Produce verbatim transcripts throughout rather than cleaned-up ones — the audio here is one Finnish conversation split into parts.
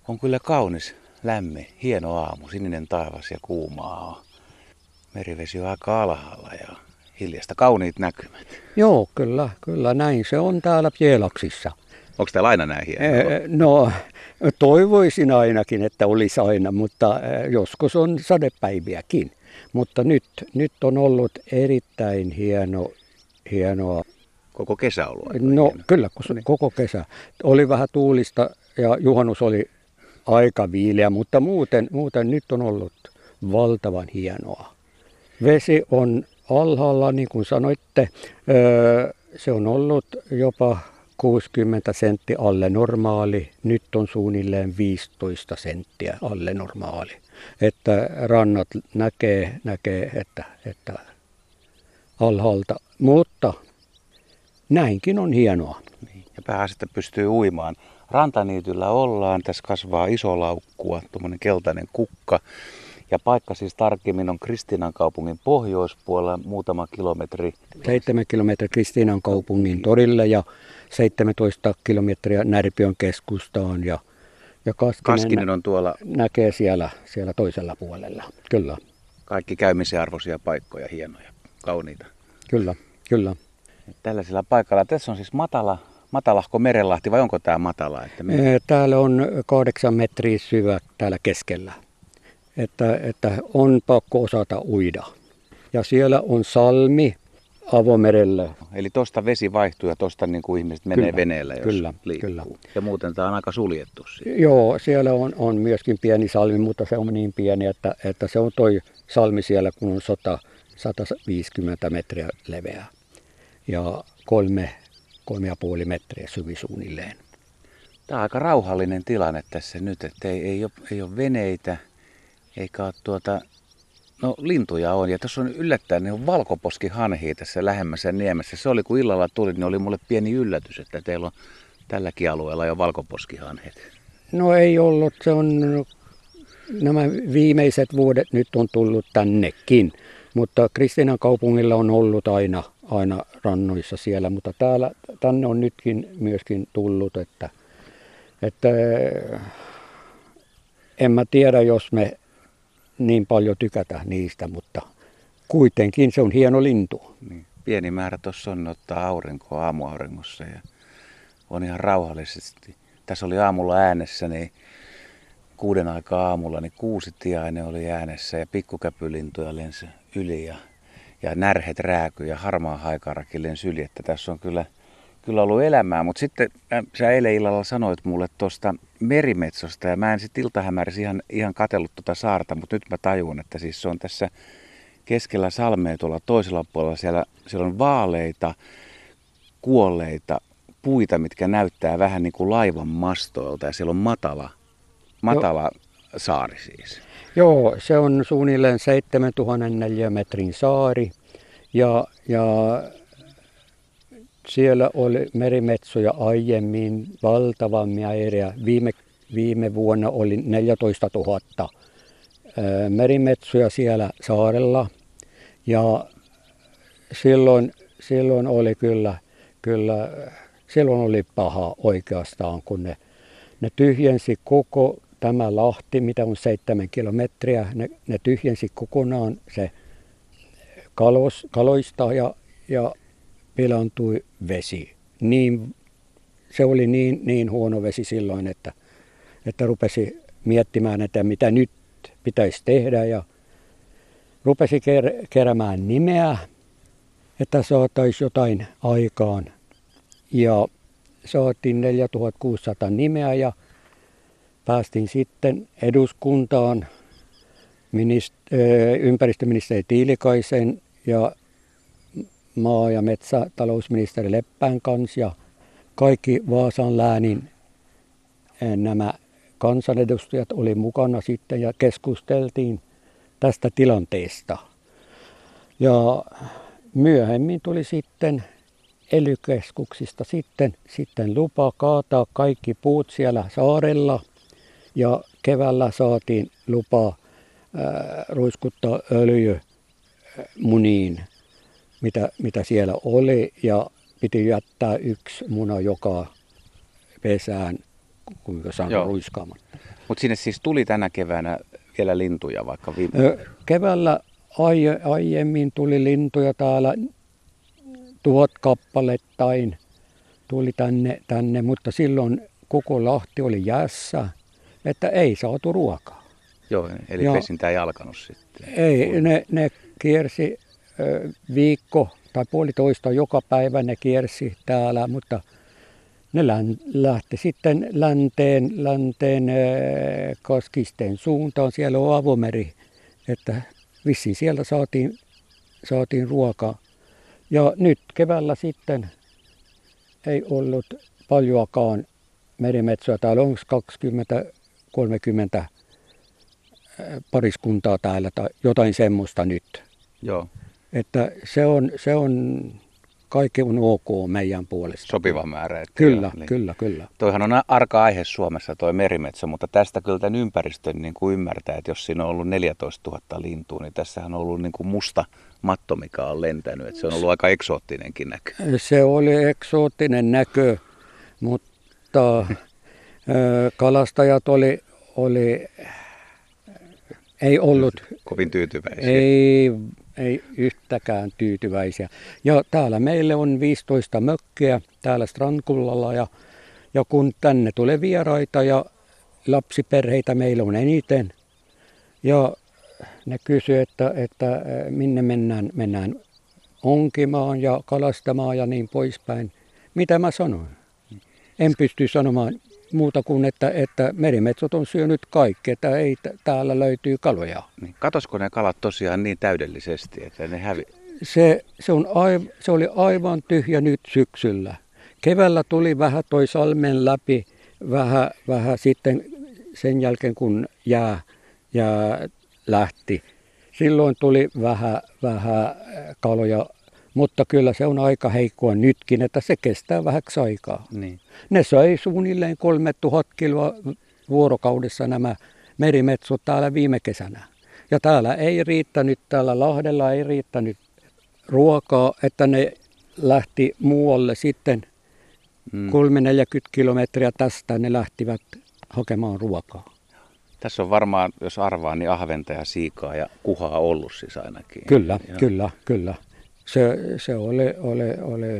On kyllä kaunis, lämmin, hieno aamu, sininen taivas ja kuumaa. Merivesi on aika alhaalla ja hiljasta kauniit näkymät. Joo, kyllä, kyllä näin se on täällä Pjelaksissa. Onko täällä aina näin hienoa? No, toivoisin ainakin, että olisi aina, mutta joskus on sadepäiviäkin. Mutta nyt, nyt on ollut erittäin hieno, hienoa. Koko kesä ollut aika No hieno. kyllä, koko kesä. Oli vähän tuulista ja juhannus oli aika viileä, mutta muuten, muuten nyt on ollut valtavan hienoa. Vesi on alhaalla, niin kuin sanoitte, se on ollut jopa kuusikymmentä senttiä alle normaali. Nyt on suunnilleen viisitoista senttiä alle normaali. Että rannat näkee, näkee että, että alhaalta, mutta näinkin on hienoa. Ja päästä pystyy uimaan. Rantaniityllä ollaan, tässä kasvaa iso laukkua, tuommoinen keltainen kukka. Ja paikka siis tarkemmin on Kristiinan kaupungin pohjoispuolella, muutama kilometri. Seitsemän kilometriä Kristiinan kaupungin torille ja seitsemäntoista kilometriä Närpiön keskustaan. Ja, ja Kaskinen, Kaskinen on tuolla. Näkee siellä, siellä toisella puolella, kyllä. Kaikki käymisen arvoisia paikkoja, hienoja, kauniita. Kyllä, kyllä. Tällaisella paikalla, tässä on siis matala, matalahko Merenlahti, vai onko tämä matala? Että me... Täällä on kahdeksan metriä syvä täällä keskellä. Että, että on pakko osata uida. Ja siellä on salmi avomerellä. Eli tuosta vesi vaihtuu ja tuosta niin kuin ihmiset menee kyllä, veneellä, jos kyllä, liikkuu. Kyllä. Ja muuten tämä on aika suljettu siinä. Joo, siellä on, on myöskin pieni salmi, mutta se on niin pieni, että, että se on toi salmi siellä, kun on sata, sata viisikymmentä metriä leveä. Ja kolme, kolme ja puoli metriä syvi suunnilleen. Tämä on aika rauhallinen tilanne tässä nyt, että ei, ei, ole, ei ole veneitä. Eikä ole tuota, no lintuja on, ja tuossa on yllättäen, ne on valkoposkihanhia tässä lähemmässä niemessä. Se oli, kun illalla tuli, niin oli mulle pieni yllätys, että teillä on tälläkin alueella jo valkoposkihanhet. No ei ollut, se on, nämä viimeiset vuodet nyt on tullut tännekin, mutta Kristiinan kaupungilla on ollut aina, aina rannoissa siellä, mutta täällä, tänne on nytkin myöskin tullut, että, että en mä tiedä, jos me niin paljon tykätä niistä, mutta kuitenkin se on hieno lintu. Niin. Pieni määrä tuossa on, ottaa aurinkoa aamuauringossa ja on ihan rauhallisesti. Tässä oli aamulla äänessä, niin kuuden aikaa aamulla, niin kuusitiainen oli äänessä ja pikkukäpylintuja lensi yli ja, ja närhet rääky ja harmaa haikarakin lensi yli, että tässä on kyllä, kyllä ollut elämää. Mutta sitten äh, sä eilen illalla sanoit mulle tuosta merimetsosta ja mä en sitten iltahämärissä ihan, ihan katsellut tuota saarta, mutta nyt mä tajun, että siis se on tässä keskellä salmea tuolla toisella puolella. Siellä, siellä on vaaleita, kuolleita puita, mitkä näyttää vähän niin kuin laivan mastoilta ja siellä on matala, matala Joo. saari siis. Joo, se on suunnilleen seitsemäntuhatta neliömetrin saari ja, ja siellä oli merimetsoja aiemmin valtavan määrä. Viime, viime vuonna oli neljätoistatuhatta merimetsoja siellä saarella. Ja silloin, silloin oli kyllä, kyllä, silloin oli paha oikeastaan, kun ne, ne tyhjensi koko tämä lahti, mitä on seitsemän kilometriä. Ne, ne tyhjensi kokonaan se kalos, kaloista ja, ja pilaantui vesi. Niin, se oli niin, niin huono vesi silloin, että, että rupesi miettimään, että mitä nyt pitäisi tehdä. Ja rupesi ker- keräämään nimeä, että saataisiin jotain aikaan. Ja saatiin neljätuhattakuusisataa nimeä ja päästiin sitten eduskuntaan minist- ympäristöministeri Tiilikaisen ja maa- ja metsätalousministeri Leppän kanssa ja kaikki Vaasan läänin nämä kansanedustajat oli mukana sitten ja keskusteltiin tästä tilanteesta. Ja myöhemmin tuli sitten ely keskuksista sitten, sitten lupa kaataa kaikki puut siellä saarella ja keväällä saatiin lupa ää, ruiskuttaa öljy muniin, mitä, mitä siellä oli, ja piti jättää yksi muna joka pesään, kuinka sanon, ruiskaamatta. Mutta sinne siis tuli tänä keväänä vielä lintuja vaikka viime... Keväällä aie, aiemmin tuli lintuja täällä tuhat kappalettain tuli tänne, tänne, mutta silloin koko Lahti oli jäässä, että ei saatu ruokaa. Joo, eli ja pesintä ei alkanut sitten. Ei, ne, ne kiersi ö, viikko tai puolitoista joka päivä ne kiersi täällä, mutta ne län, lähti sitten länteen, länteen ö, Kaskisten suuntaan. Siellä on avomeri, että vissiin sieltä saatiin, saatiin ruokaa. Ja nyt keväällä sitten ei ollut paljoakaan merimetsoa. Täällä on kaksikymmentä kolmekymmentä pariskuntaa täällä tai jotain semmoista nyt. Joo. Että se on, se on, kaikki on ok meidän puolesta. Sopiva määrä. Kyllä, joo, kyllä, kyllä. Toihan on arka aihe Suomessa toi merimetso, mutta tästä kyllä tämän ympäristön niin kuin ymmärtää, että jos siinä on ollut neljätoistatuhatta lintua, niin tässähän on ollut niin kuin musta matto, mikä on lentänyt. Että se on ollut aika eksoottinenkin näkö. Se oli eksoottinen näkö, mutta kalastajat oli, oli ei ollut kovin tyytyväisiä. Ei, ei yhtäkään tyytyväisiä. Ja täällä meille on viisitoista mökkiä täällä Strandkullalla ja, ja kun tänne tulee vieraita ja lapsiperheitä meillä on eniten. Ja ne kysyy, että, että minne mennään, mennään onkimaan ja kalastamaan ja niin poispäin. Mitä mä sanoin? En pysty sanomaan muuta kuin, että, että merimetsot on syönyt kaikki, että ei t- täällä löytyy kaloja. Niin, katosko ne kalat tosiaan niin täydellisesti, että ne hävi? Se, se, on aiv, se oli aivan tyhjä nyt syksyllä. Keväällä tuli vähän toi salmen läpi, vähän, vähän sitten sen jälkeen kun jää, jää lähti. Silloin tuli vähän, vähän kaloja, mutta kyllä se on aika heikkoa nytkin, että se kestää vähäksi aikaa. Niin. Ne sai suunnilleen kolmetuhatta kiloa vuorokaudessa nämä merimetsot täällä viime kesänä. Ja täällä ei riittänyt, täällä Lahdella ei riittänyt ruokaa, että ne lähti muualle sitten mm. kolme neljäkymmentä kilometriä tästä ne lähtivät hakemaan ruokaa. Tässä on varmaan, jos arvaa, niin ahventa ja siikaa ja kuhaa ollut siis ainakin. Kyllä, ja. kyllä, kyllä. Se, se oli, oli, oli...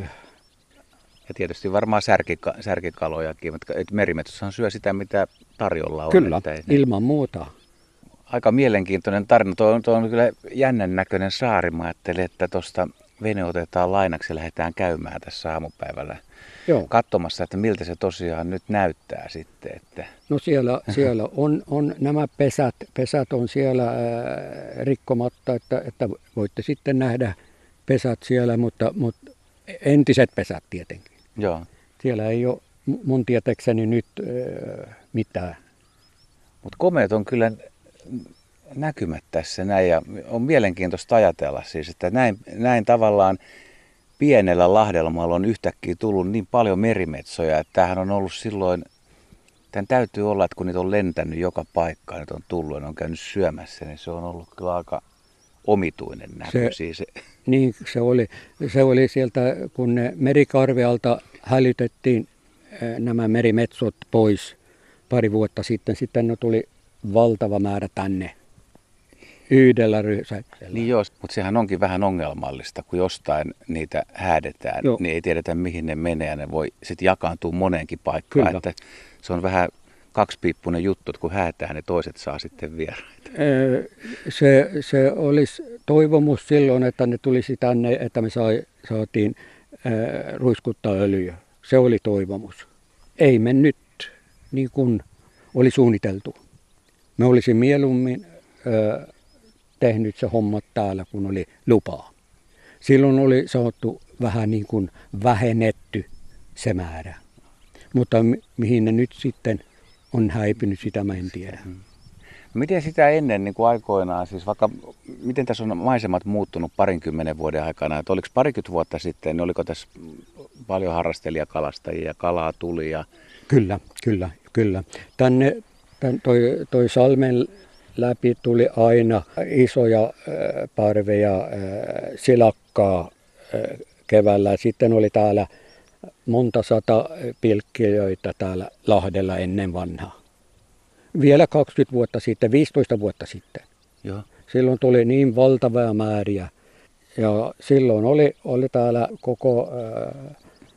Ja tietysti varmaan särkika, särkikalojakin, mutta merimetsossahan syö sitä, mitä tarjolla on. Kyllä, että ilman muuta. Aika mielenkiintoinen tarina. Tuo on, tuo on kyllä jännän näköinen saari. Mä ajattelin, että tuosta vene otetaan lainaksi ja lähdetään käymään tässä aamupäivällä Joo. katsomassa, että miltä se tosiaan nyt näyttää sitten. Että... No siellä, siellä on, on nämä pesät, pesät on siellä ää, rikkomatta, että, että voitte sitten nähdä pesät siellä, mutta, mutta entiset pesät tietenkin. Joo. Siellä ei ole mun tietäkseni nyt ää, mitään. Mutta komeet on kyllä näkymät tässä näin ja on mielenkiintoista ajatella siis, että näin, näin tavallaan pienellä Lahdelmalla on yhtäkkiä tullut niin paljon merimetsoja, että tämähän on ollut silloin, tämän täytyy olla, että kun niitä on lentänyt joka paikkaan, niitä on tullut ja ne on käynyt syömässä, niin se on ollut kyllä aika omituinen näky. Se, siis. Niin se oli, se oli sieltä, kun ne merikarvialta hälytettiin nämä merimetsot pois pari vuotta sitten, sitten ne tuli valtava määrä tänne yhdellä rysäyksellä. Niin joo, mutta sehän onkin vähän ongelmallista, kun jostain niitä häädetään, joo. niin ei tiedetä mihin ne menee ja ne voi sitten jakaantua moneenkin paikkaan. Että se on vähän kaksipiippunen juttu, että kun häätään, ne toiset saa sitten vieraita. Se, se olisi toivomus silloin, että ne tulisi tänne, että me sai, saatiin ää, ruiskuttaa öljyä. Se oli toivomus. Ei mennyt niin kuin oli suunniteltu. Me olisi mieluummin ö, tehnyt se homma täällä, kun oli lupaa. Silloin oli saatu vähän niin kuin vähennetty se määrä. Mutta mi- mihin ne nyt sitten on häipynyt, sitä mä en tiedä. Hmm. Miten sitä ennen niin kuin aikoinaan, siis vaikka miten tässä on maisemat muuttunut parinkymmenen vuoden aikana, että oliko parikymmentä vuotta sitten, niin oliko tässä paljon harrastelijakalastajia ja kalaa tuli? Ja... Kyllä, kyllä, kyllä. Tänne tän, toi, toi salmen läpi tuli aina isoja äh, parveja, äh, silakkaa äh, keväällä. Sitten oli täällä monta sata pilkkiöitä täällä Lahdella ennen vanhaa. Vielä kaksikymmentä vuotta sitten, viisitoista vuotta sitten. Joo. Silloin tuli niin valtavia määriä. Ja silloin oli, oli täällä koko ää,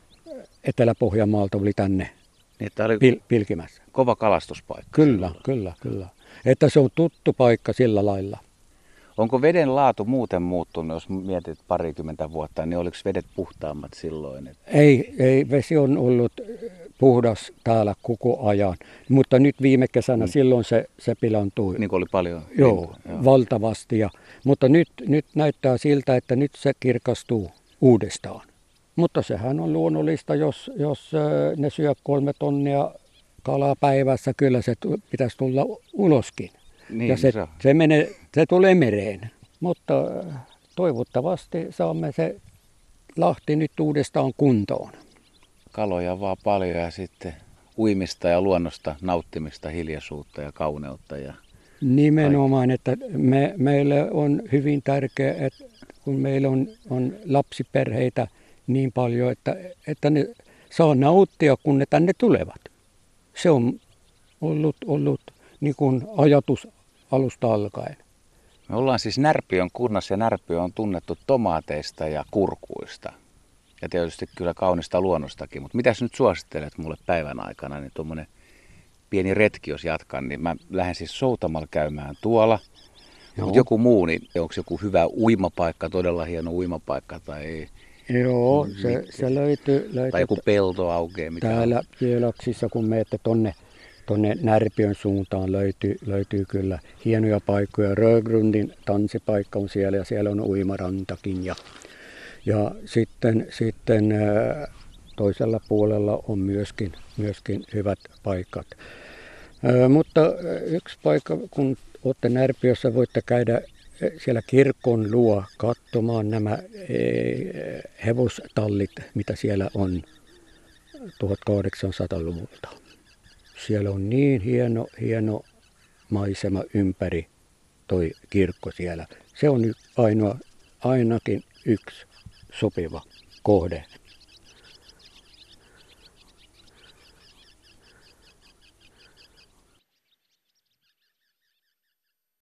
Etelä-Pohjanmaalta oli tänne Niin, että oli pil, pilkimässä. kova kalastuspaikka. Kyllä, silloin. kyllä, kyllä. Että se on tuttu paikka sillä lailla. Onko veden laatu muuten muuttunut, jos mietit parikymmentä vuotta, niin oliko vedet puhtaammat silloin? Että... Ei, ei, vesi on ollut puhdas täällä koko ajan, mutta nyt viime kesänä mm. silloin se, se pilantui. Niin kuin oli paljon Joo, lintuja, joo. valtavasti. Ja, mutta nyt, nyt näyttää siltä, että nyt se kirkastuu uudestaan. Mutta sehän on luonnollista, jos, jos ne syö kolme tonnia kalaa päivässä, kyllä se tu, pitäisi tulla uloskin. Niin, ja se, se, se, menee, se tulee mereen. Mutta toivottavasti saamme se Lahti nyt uudestaan kuntoon. Kaloja vaan paljon ja sitten uimista ja luonnosta nauttimista, hiljaisuutta ja kauneutta. Ja nimenomaan, että me, meille on hyvin tärkeää, että kun meillä on, on lapsiperheitä niin paljon, että, että ne saa nauttia, kun ne tänne tulevat. Se on ollut, ollut niin kuin ajatus alusta alkaen. Me ollaan siis Närpiön kunnassa ja Närpiö on tunnettu tomaateista ja kurkuista. Ja tietysti kyllä kaunista luonnostakin, mutta mitäs nyt suosittelet mulle päivän aikana, niin tuommoinen pieni retki, jos jatkan, niin mä lähden siis Soutamalla käymään tuolla. Mutta joku muu, niin onko joku hyvä uimapaikka, todella hieno uimapaikka tai... Joo, se, se löytyy, löytyy. Tai joku pelto aukeaa. Täällä Pielaksissa, kun menette tonne, tonne Närpiön suuntaan, löytyy, löytyy kyllä hienoja paikkoja. Rögrundin tanssipaikka on siellä ja siellä on uimarantakin. Ja, ja sitten, sitten toisella puolella on myöskin, myöskin hyvät paikat. Ää, mutta yksi paikka, kun olette Närpiössä, voitte käydä siellä kirkon luo katsomaan nämä hevostallit, mitä siellä on tuhatkahdeksansataaluvulta. Siellä on niin hieno, hieno maisema ympäri toi kirkko siellä. Se on ainoa, ainakin yksi sopiva kohde